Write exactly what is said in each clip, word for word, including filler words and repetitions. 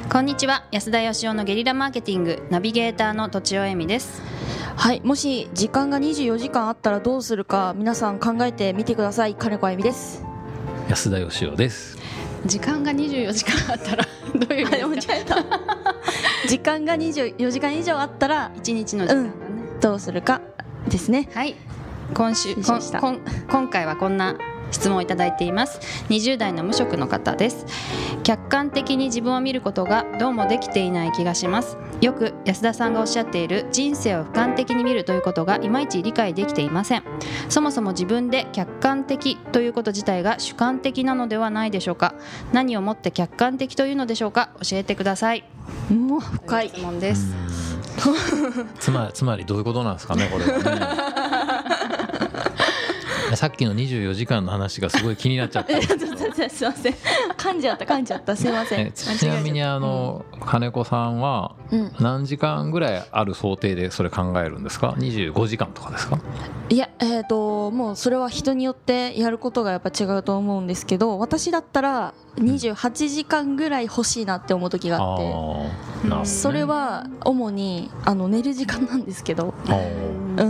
こんにちは。安田義雄のゲリラマーケティングナビゲーターのとちおえみです。 はい、もし時間がにじゅうよじかんあったらどうするか皆さん考えてみてください。金子あゆみです。 安田義雄です。 時間がにじゅうよじかんあったらどういう意味ですか？間違えた時間がにじゅうよじかん以上あったらいちにちの時間がね、 うん、どうするかですね。 はい、今週ここん今回はこんな質問をいただいています。にじゅう代の無職の方です。客観的に自分を見ることがどうもできていない気がします。よく安田さんがおっしゃっている人生を俯瞰的に見るということがいまいち理解できていません。そもそも自分で客観的ということ自体が主観的なのではないでしょうか。何をもって客観的というのでしょうか。教えてください。 もう深い質問です。 つまり、つまりどういうことなんですかね、これはねさっきのにじゅうよじかんの話がすごい気になっちゃったんですけどすいません、噛んじゃった噛んじゃったすいません。 ちなみにあの、うん、金子さんは何時間ぐらいある想定でそれ考えるんですか？にじゅうごじかんとかですか？ いや、えーと、もうそれは人によってやることがやっぱ違うと思うんですけど、私だったらにじゅうはちじかんぐらい欲しいなって思う時があって、うん、あ、それは主にあの寝る時間なんですけど、うん、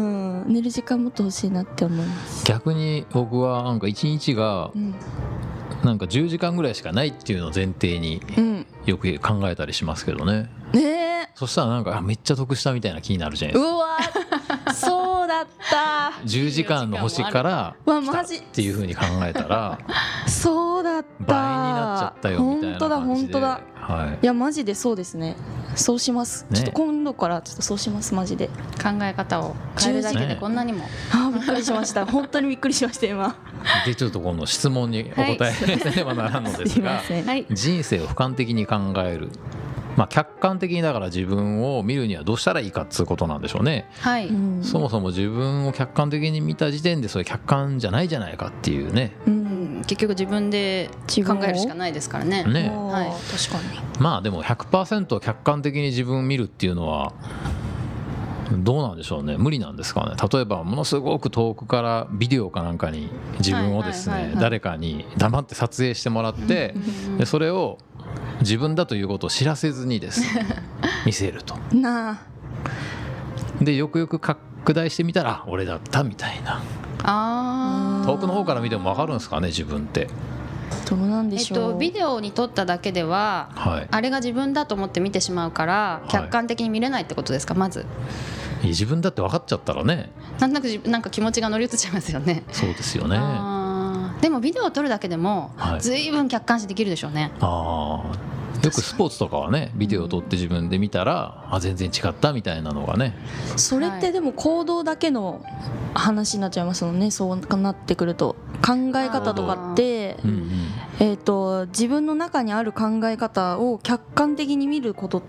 寝る時間もっと欲しいなって思います。 逆に僕はなんかいちにちがなんかじゅうじかんぐらいしかないっていうのを前提によく考えたりしますけどね、 うん、ね、 そしたらなんかめっちゃ得したみたいな気になるじゃないですか。 うわそうだったじゅうじかんの星から来たっていう風に考えたらそうだった倍になっちゃったよみたいな感じで、 本当だ本当だ、 はい、 いやマジでそうですね。そうします、ね、ちょっと今度からちょっとそうします。マジで考え方を変えるだけでこんなにも、ね、 あびっくりしました本当にびっくりしました今でちょっとこの質問にお答えせねばならんのですが、 はい、 人生を俯瞰的に考える、まあ、客観的にだから自分を見るにはどうしたらいいかっていうことなんでしょうね、 はい、 そもそも自分を客観的に見た時点でそれ客観じゃないじゃないかっていうね、 うん、結局自分で考えるしかないですからね。 ね、 はい、確かに。 まあでも ひゃくパーセント 客観的に自分を見るっていうのはどうなんでしょうね。無理なんですかね。例えばものすごく遠くからビデオかなんかに自分をですね誰かに黙って撮影してもらってでそれを自分だということを知らせずにですね見せるとなあでよくよく拡大してみたら俺だったみたいな。 あ遠くの方から見ても分かるんですかね自分って。 どうなんでしょう、 えっと、ビデオに撮っただけでは、はい、あれが自分だと思って見てしまうから客観的に見れないってことですか、まず。 いや自分だって分かっちゃったらね、 なんとなくなんか気持ちが乗り移っちゃいますよね。 そうですよね。 あでもビデオを撮るだけでも随分客観視できるでしょうね、 はい、あよくスポーツとかはねビデオを撮って自分で見たら、うん、あ全然違ったみたいなのがね。 それってでも行動だけの話になっちゃいますもんね。そうなってくると考え方とかって、うんうん、えーと、自分の中にある考え方を客観的に見ることって、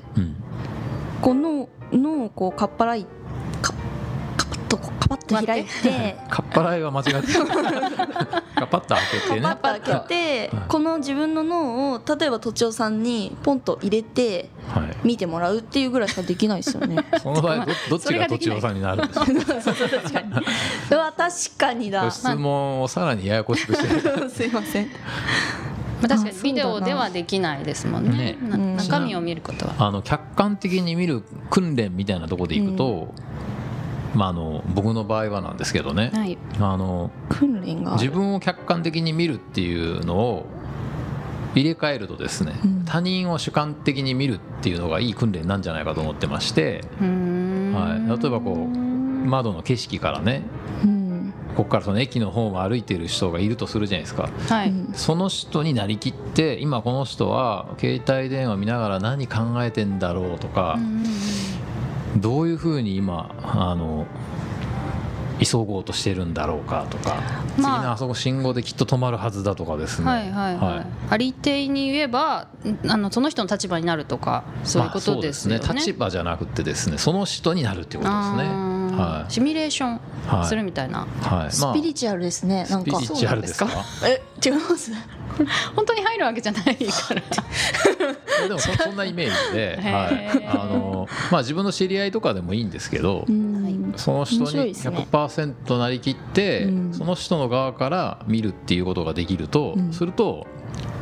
うん、この脳をこうかっぱらいかカパッとカパッと開いてかっぱらいは間違ってカパッと開けてねカパッと開けて、はい、この自分の脳を例えばとちおさんにポンと入れて見てもらうっていうぐらいしかできないですよね、はい、 その場合 ど, どっちがとちおさんになるんですか確かにうわ確かにだ質問をさらにややこしくしてるすいません。 まあ、確かにビデオではできないですもん ね, ね、中身を見ることは。 あの客観的に見る訓練みたいなところでいくと、うんまあ、あの僕の場合はなんですけどね、はい、あの訓練が自分を客観的に見るっていうのを入れ替えるとですね、うん、他人を主観的に見るっていうのがいい訓練なんじゃないかと思ってまして、うーん、はい、例えばこう窓の景色からね、うんここからその駅の方を歩いている人がいるとするじゃないですか、はい、その人になりきって今この人は携帯電話見ながら何考えてんだろうとか、どういうふうに今あの急ごうとしてるんだろうかとか、まあ、次のあそこ信号できっと止まるはずだとかですね、 はいはいはいはい、ありていに言えばあのその人の立場になるとかそういうことですよね、 まあ、そうですね。立場じゃなくてですねその人になるっていうことですね、はい、 シミュレーションするみたいな、 はいはい、スピリチュアルですね。なんかスピリチュアルですか？ え違います本当に入るわけじゃないからでも そ, そんなイメージで、はいあのまあ、自分の知り合いとかでもいいんですけど、その人に ひゃくパーセント なりきって、ね、その人の側から見るっていうことができると、うん、すると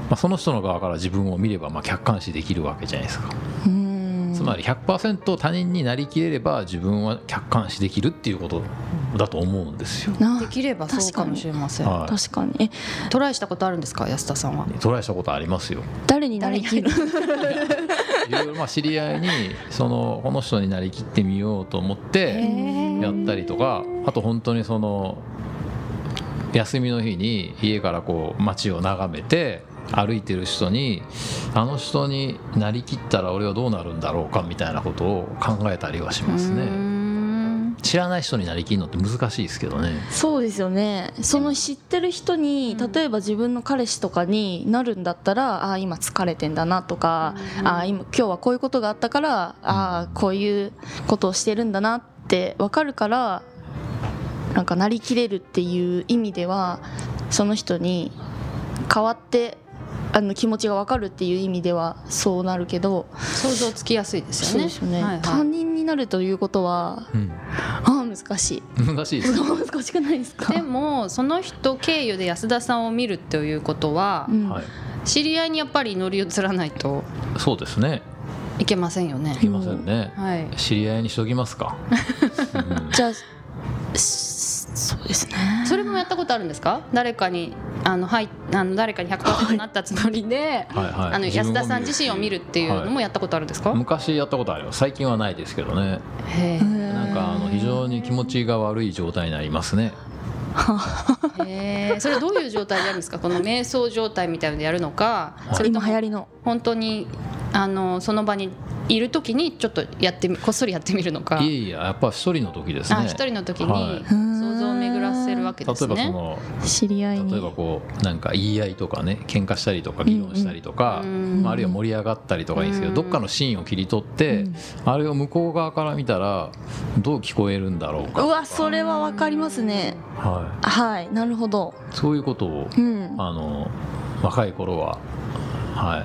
まあ、その人の側から自分を見ればまあ客観視できるわけじゃないですか。 うーんつまり ひゃくパーセント 他人になりきれれば自分は客観視できるっていうことだと思うんですよ。 なできればそうかもしれません。 はい確かにえトライしたことあるんですか、安田さんは。 トライしたことありますよ。 誰になりきるいろいろまあ知り合いにそのこの人になりきってみようと思ってやったりとか、あと本当にその休みの日に家からこう街を眺めて歩いてる人にあの人になりきったら俺はどうなるんだろうかみたいなことを考えたりはしますね。知らない人になりきるのって難しいですけどね。 そうですよね。その知ってる人に例えば自分の彼氏とかになるんだったら、ああ今疲れてんだなとか、ああ今今日はこういうことがあったから、ああこういうことをしてるんだなって分かるから、なんかなりきれるっていう意味ではその人に変わってあの気持ちが分かるっていう意味ではそうなるけど、 想像つきやすいですよね。 そうですよね、 はいはい、 他人になるということは、 うん、 ああ難しい難しいです難しくないですか。 でもその人経由で安田さんを見るということは、 うん、 はい、 知り合いにやっぱり乗り移らないとそうですね、 いけませんよね。 いけませんね、 はい、 知り合いにしときますか、うん、 じゃあそうですね。 それもやったことあるんですか。誰かにあの、はい、あの誰かに ひゃくパーセント なったつもりで、はいはい、あの安田さん自身を見るっていうのもやったことあるんですか。 昔やったことあります。最近はないですけどね。へなんかあの非常に気持ちが悪い状態になりますね。 へそれどういう状態でやるんですか。この瞑想状態みたいなのでやるのか、それとも今流行りの本当にあのその場にいる時にちょっとやってみこっそりやってみるのか。 いやいややっぱ一人の時ですね。 あ、一人の時に想像を巡らせるわけですね。 例えばその知り合いに例えばこうなんか言い合いとかね、喧嘩したりとか議論したりとか、うんうん、まあ、あるいは盛り上がったりとかいいんですけど、どっかのシーンを切り取って、うん、あれを向こう側から見たらどう聞こえるんだろうか。 うわそれは分かりますね。はい、はい、なるほど。 そういうことを、うん、あの若い頃は、はい、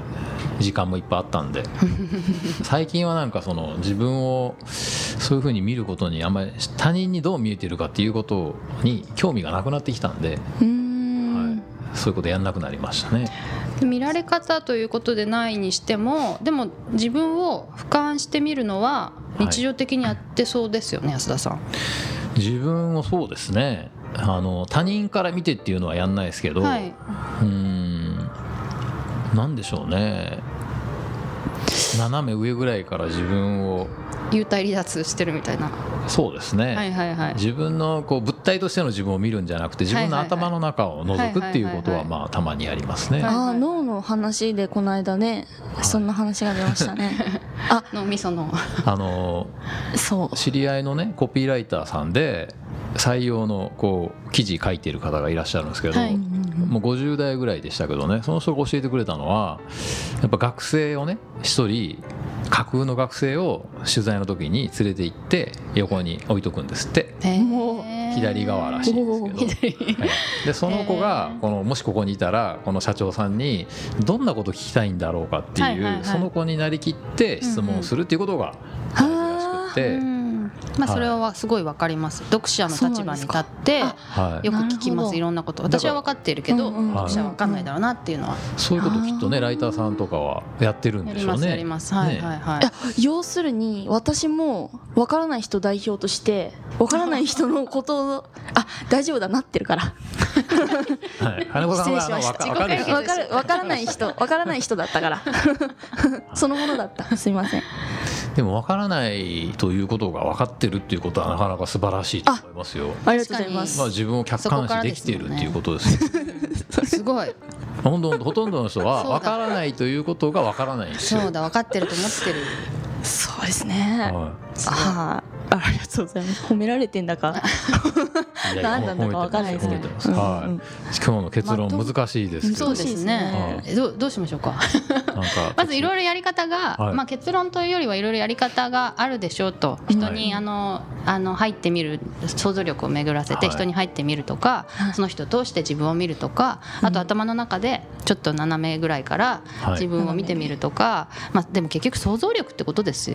時間もいっぱいあったんで最近はなんかその自分をそういう風に見ることにあんまり他人にどう見えてるかっていうことに興味がなくなってきたんで、うーん、はい、そういうことやんなくなりましたね。 見られ方ということでないにしても、でも自分を俯瞰してみるのは日常的にやってそうですよね、はい、安田さん。 自分をそうですね、あの他人から見てっていうのはやんないですけど、はい、うーんなんでしょうね、斜め上ぐらいから自分を幽体離脱してるみたいな。 そうですね、はいはいはい、自分のこう物体としての自分を見るんじゃなくて自分の頭の中を覗くっていうことはまあたまにありますね。 ああ脳の話でこの間ね、はい、そんな話が出ましたねあ脳みそのあのそう知り合いのねコピーライターさんで採用のこう記事書いている方がいらっしゃるんですけど、はい、もうごじゅう代ぐらいでしたけどね、その人が教えてくれたのはやっぱ学生をね一人架空の学生を取材の時に連れて行って横に置いとくんですって。左側らしいんですけど、はい、でその子がこのもしここにいたらこの社長さんにどんなこと聞きたいんだろうかっていう、はいはいはい、その子になりきって質問するっていうことが大事らしくて、うんうん、 まあ、それはすごい分かります。読者の立場に立ってよく聞きます、いろんなこと。私は分かっているけど読者は分かんないだろうなっていうのは、 そういうこときっとねライターさんとかはやってるんでしょうね。 やりますやります、はいはいはい、 いや要するに私も分からない人代表として分からない人のことをあ大丈夫だなってるからはい、金子さんは失礼しました。分かる分かる分からない人分からない人だったからそのものだった。すいません。 でも分からないということが分かってるっていうことはなかなか素晴らしいと思いますよ。 あ, ありがとうございます。 まあ、自分を客観視できているっていうことですよ。 すごいほとんどほとんどの人は分からないということが分からないんですよ。 そうだ分かってると思ってる。 そうですね、はい、あありがとうございます。褒められてんだか何なんだか分からないですけど、 はい、今日の結論難しいですけど、 そうですね、はい、ど, どうしましょうか。なんかまずいろいろやり方が、はい、まあ、結論というよりはいろいろやり方があるでしょうと、人に、はい、あのあの入ってみる、想像力を巡らせて人に入ってみるとか、はい、その人を通して自分を見るとか、あと頭の中でちょっと斜めぐらいから自分を見てみるとか、はい、まあ、でも結局想像力ってことですよね。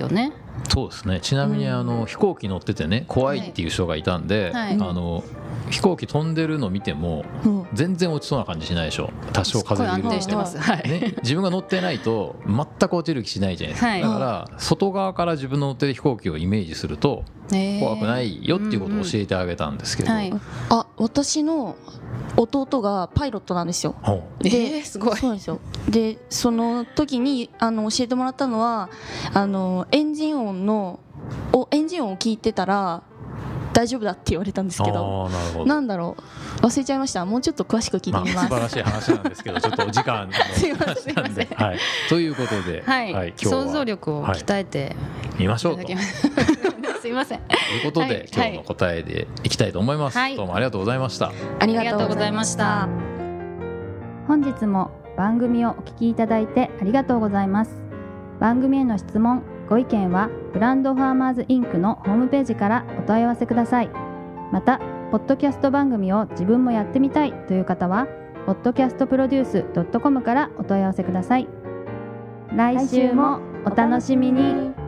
そうですね。ちなみにあの、うん、飛行機乗っててね怖いっていう人がいたんで、はいはい、あの飛行機飛んでるの見ても、うん、全然落ちそうな感じしないでしょ。多少風で緩んでてます、はいね、自分が乗ってないと全く落ちる気しないじゃないですか、はい、だから外側から自分の乗ってる飛行機をイメージすると怖くないよっていうことを教えてあげたんですけど、うんうんはい、 あ私の弟がパイロットなんですよ。 で、えー、すごい。 そうなんですよ。でその時にあの教えてもらったのはあのエンジン音のおエンジン音を聞いてたら大丈夫だって言われたんですけど、 あなるほど、 なんだろう忘れちゃいました。もうちょっと詳しく聞いてみます、まあ、 素晴らしい話なんですけどちょっとお時間の話なんではい、ということで、 はいはい、今日は想像力を鍛えて、はい、 見ましょうとすいませんということで、はい、今日の答えでいきたいと思います、はい、どうもありがとうございました。 ありがとうございました。 本日も番組をお聞きいただいてありがとうございます。番組への質問ご意見はブランドファーマーズインクのホームページからお問い合わせください。またポッドキャスト番組を自分もやってみたいという方はポッドキャストプロデュース ドットコム からお問い合わせください。来週もお楽しみに。